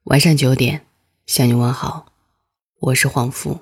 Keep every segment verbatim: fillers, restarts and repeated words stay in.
晚上九点，向你问好，我是黄福。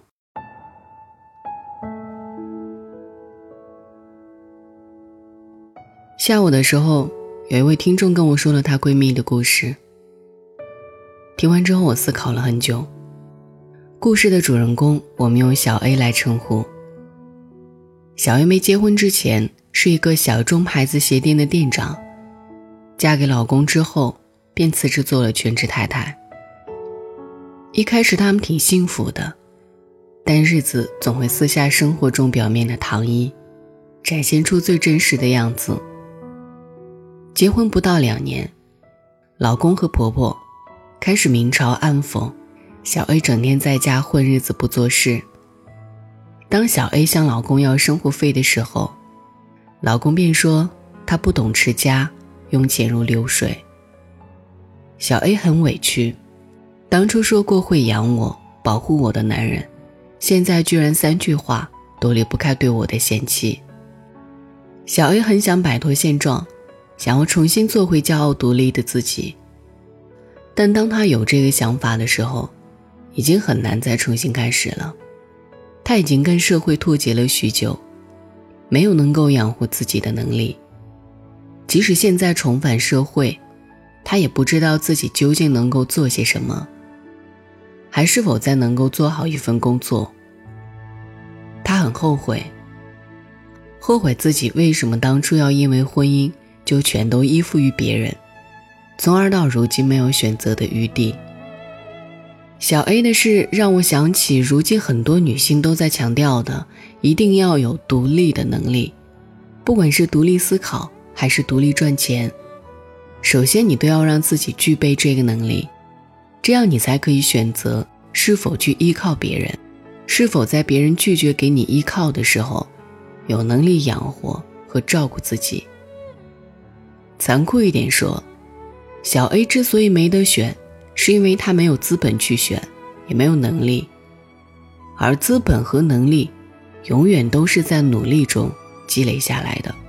下午的时候，有一位听众跟我说了她闺蜜的故事。听完之后，我思考了很久。故事的主人公，我们用小 A 来称呼。小 A 没结婚之前，是一个小众牌子鞋店的店长，嫁给老公之后，便辞职做了全职太太。一开始他们挺幸福的，但日子总会撕下生活中表面的糖衣，展现出最真实的样子。结婚不到两年，老公和婆婆开始明嘲暗讽小 A 整天在家混日子不做事。当小 A 向老公要生活费的时候，老公便说她不懂持家，用钱如流水。小 A 很委屈，当初说过会养我保护我的男人，现在居然三句话都离不开对我的嫌弃。小 A 很想摆脱现状，想要重新做回骄傲独立的自己，但当他有这个想法的时候，已经很难再重新开始了。他已经跟社会脱节了许久，没有能够养活自己的能力。即使现在重返社会，他也不知道自己究竟能够做些什么，还是否再能够做好一份工作。他很后悔，后悔自己为什么当初要因为婚姻就全都依附于别人，从而到如今没有选择的余地。小 A 的事让我想起如今很多女性都在强调的，一定要有独立的能力，不管是独立思考还是独立赚钱，首先你都要让自己具备这个能力，这样你才可以选择是否去依靠别人，是否在别人拒绝给你依靠的时候，有能力养活和照顾自己。残酷一点说，小 A 之所以没得选，是因为他没有资本去选，也没有能力。而资本和能力永远都是在努力中积累下来的。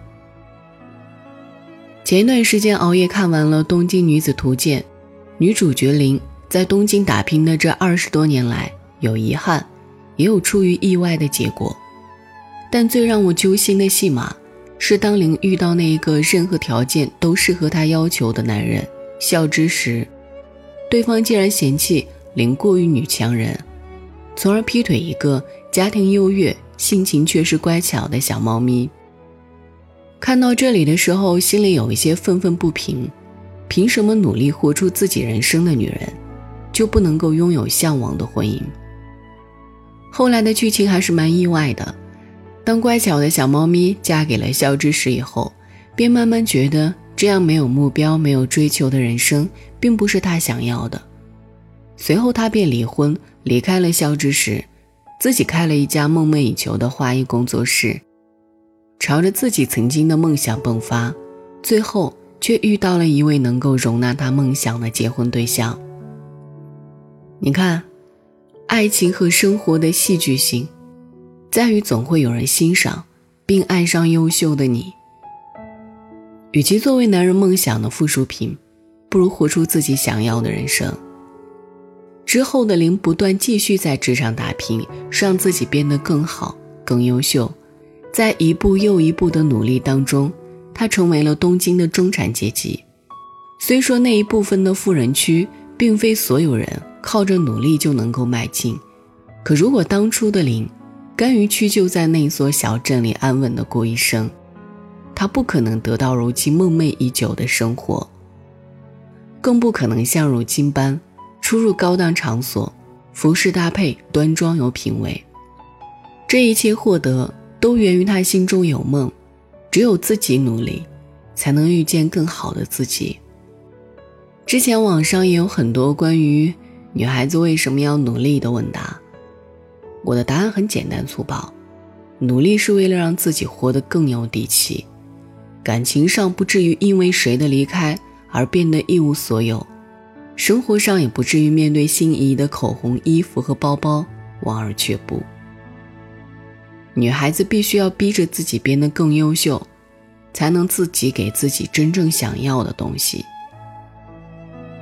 前一段时间熬夜看完了《东京女子图鉴》，女主角林在东京打拼的这二十多年来，有遗憾，也有出于意外的结果。但最让我揪心的戏码，是当林遇到那一个任何条件都适合她要求的男人孝之时，对方竟然嫌弃林过于女强人，从而劈腿一个家庭优越、性情却是乖巧的小猫咪。看到这里的时候，心里有一些愤愤不平，凭什么努力活出自己人生的女人，就不能够拥有向往的婚姻？后来的剧情还是蛮意外的，当乖巧的小猫咪嫁给了孝之时以后，便慢慢觉得这样没有目标、没有追求的人生并不是他想要的。随后他便离婚，离开了孝之时，自己开了一家梦寐以求的花艺工作室，朝着自己曾经的梦想迸发，最后却遇到了一位能够容纳他梦想的结婚对象。你看，爱情和生活的戏剧性在于总会有人欣赏并爱上优秀的你。与其作为男人梦想的附属品，不如活出自己想要的人生。之后的林不断继续在职场打拼，让自己变得更好、更优秀。在一步又一步的努力当中，她成为了东京的中产阶级。虽说那一部分的富人区并非所有人靠着努力就能够迈进，可如果当初的林甘于屈就在那所小镇里安稳地过一生，他不可能得到如今梦寐已久的生活，更不可能像如今般出入高档场所，服饰搭配端庄有品味。这一切获得都源于他心中有梦，只有自己努力，才能遇见更好的自己。之前网上也有很多关于女孩子为什么要努力的问答，我的答案很简单粗暴，努力是为了让自己活得更有底气，感情上不至于因为谁的离开而变得一无所有，生活上也不至于面对心仪的口红、衣服和包包望而却步。女孩子必须要逼着自己变得更优秀，才能自己给自己真正想要的东西。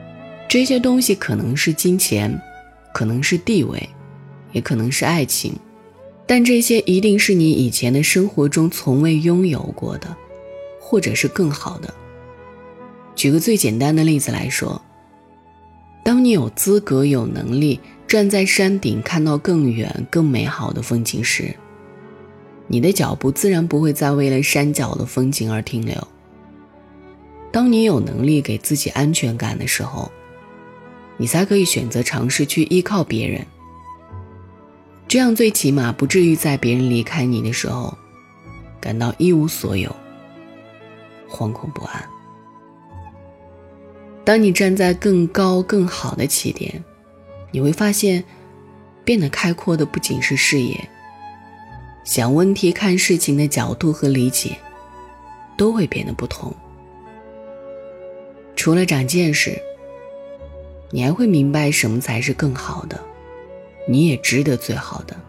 这些东西可能是金钱，可能是地位，也可能是爱情，但这些一定是你以前的生活中从未拥有过的，或者是更好的。举个最简单的例子来说，当你有资格有能力站在山顶看到更远更美好的风景时，你的脚步自然不会再为了山脚的风景而停留。当你有能力给自己安全感的时候，你才可以选择尝试去依靠别人，这样最起码不至于在别人离开你的时候感到一无所有，惶恐不安。当你站在更高更好的起点，你会发现变得开阔的不仅是视野，想问题看事情的角度和理解都会变得不同。除了长见识，你还会明白什么才是更好的，你也值得最好的。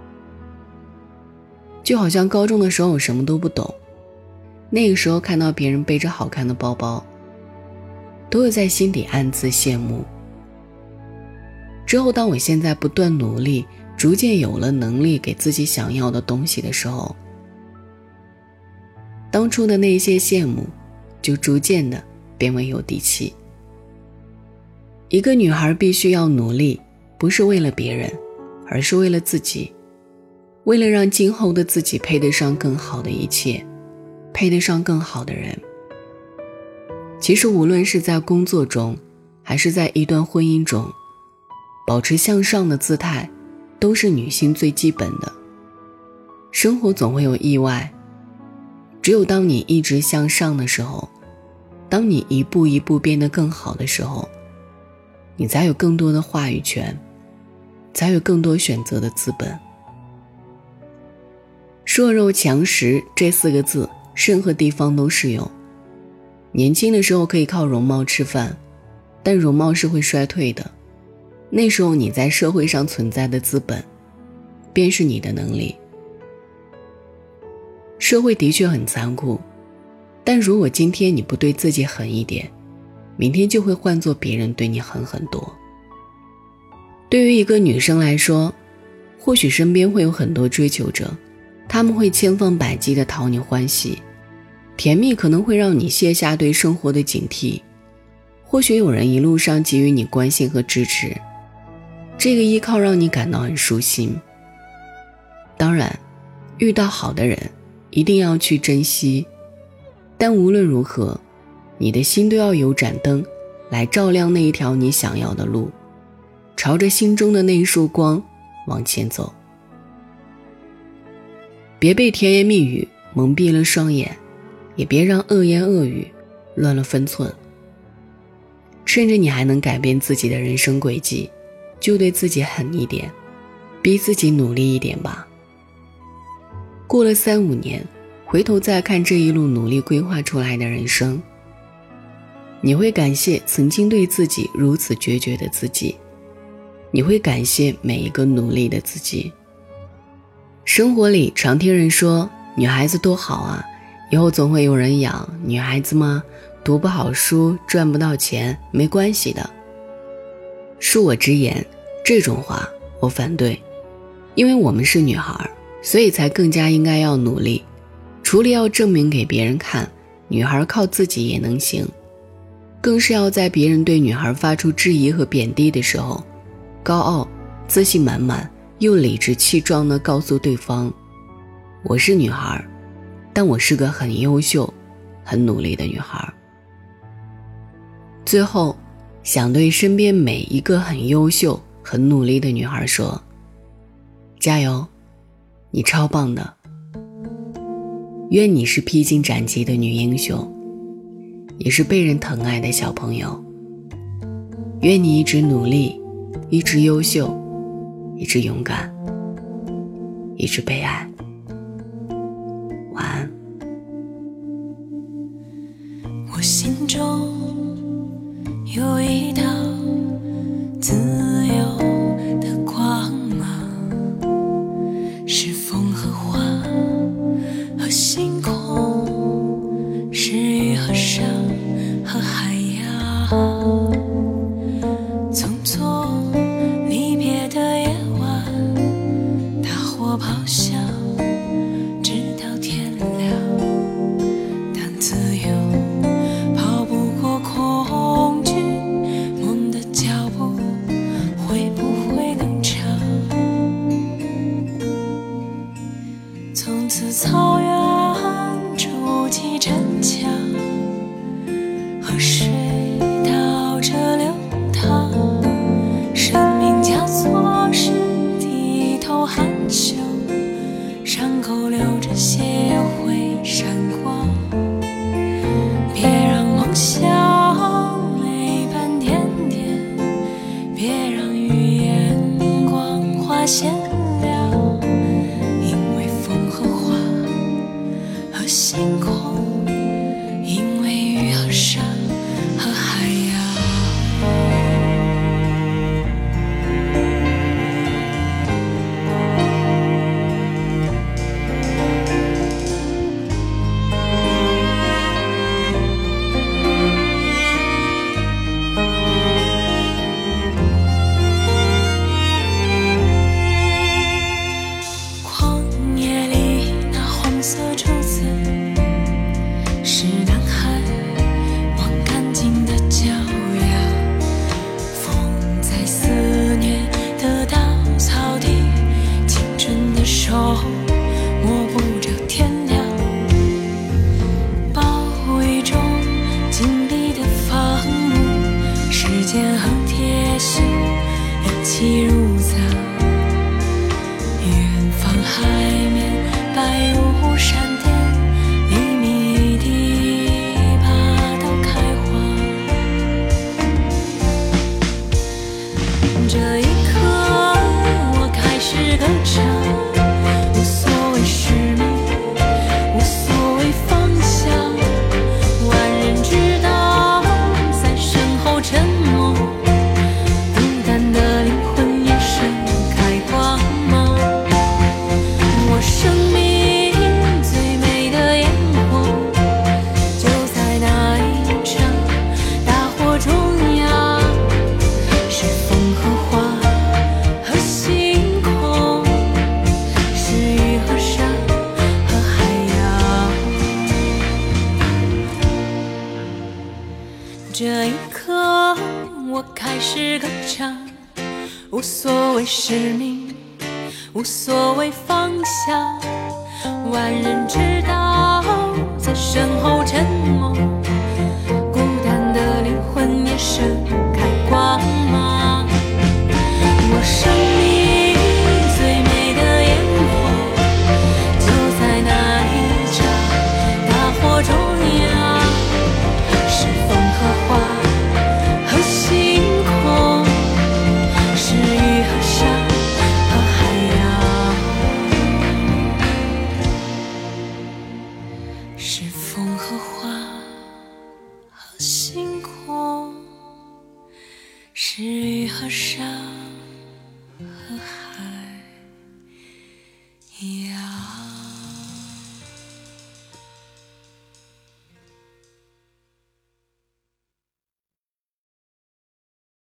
就好像高中的时候我什么都不懂，那个时候看到别人背着好看的包包，都会在心底暗自羡慕。之后当我现在不断努力，逐渐有了能力给自己想要的东西的时候，当初的那些羡慕就逐渐的变为有底气。一个女孩必须要努力，不是为了别人，而是为了自己，为了让今后的自己配得上更好的一切，配得上更好的人。其实无论是在工作中，还是在一段婚姻中，保持向上的姿态都是女性最基本的。生活总会有意外，只有当你一直向上的时候，当你一步一步变得更好的时候，你才有更多的话语权，才有更多选择的资本。弱肉强食这四个字任何地方都适用。年轻的时候可以靠容貌吃饭，但容貌是会衰退的，那时候你在社会上存在的资本便是你的能力。社会的确很残酷，但如果今天你不对自己狠一点，明天就会换作别人对你狠很多。对于一个女生来说，或许身边会有很多追求者，他们会千方百计地讨你欢喜，甜蜜可能会让你卸下对生活的警惕，或许有人一路上给予你关心和支持，这个依靠让你感到很舒心。当然，遇到好的人一定要去珍惜，但无论如何，你的心都要有盏灯来照亮那一条你想要的路，朝着心中的那一束光往前走。别被甜言蜜语蒙蔽了双眼，也别让恶言恶语乱了分寸。趁着你还能改变自己的人生轨迹，就对自己狠一点，逼自己努力一点吧。过了三五年，回头再看这一路努力规划出来的人生，你会感谢曾经对自己如此决绝的自己，你会感谢每一个努力的自己。生活里常听人说女孩子多好啊，以后总会有人养，女孩子嘛，读不好书赚不到钱没关系的。恕我直言，这种话我反对，因为我们是女孩，所以才更加应该要努力，除了要证明给别人看女孩靠自己也能行，更是要在别人对女孩发出质疑和贬低的时候，高傲自信满满又理直气壮地告诉对方，我是女孩，但我是个很优秀很努力的女孩。最后想对身边每一个很优秀很努力的女孩说，加油，你超棒的。愿你是披荆斩棘的女英雄，也是被人疼爱的小朋友。愿你一直努力，一直优秀，一直勇敢，一直被爱。晚安。 我心中有一道自由的光芒，是风和花和星空，是雨和山和海洋。 从错离别的夜晚，大火咆哮，直到天亮。当自由跑不过恐惧，梦的脚步会不会更长？从此草原筑起城墙，河水倒着流淌，生命交错时低头含羞，伤口流着血会闪光。别让梦想泪斑点点，别让语言光华显亮，因为风和花和星空，因为雨和沙和海洋。旷野里那黄色柱子，是男孩忘干净的脚丫。风在思念的稻草地，青春的手摸不着天亮。暴雨中紧闭的房屋，时间和铁锈一起入葬。远方海面白如闪电，黎明的拔刀开花。这一刻我开始歌唱，无所谓使命，无所谓方向。万人知道在身后沉默，孤单的灵魂也盛开光芒。我生命最美的烟火，就在那一场大火中央，是风和花和星空，是雨和沙和海洋。这一刻我开始歌唱，无所谓使命，无所谓方向。万人知道在身后沉默，孤单的灵魂也盛开光芒。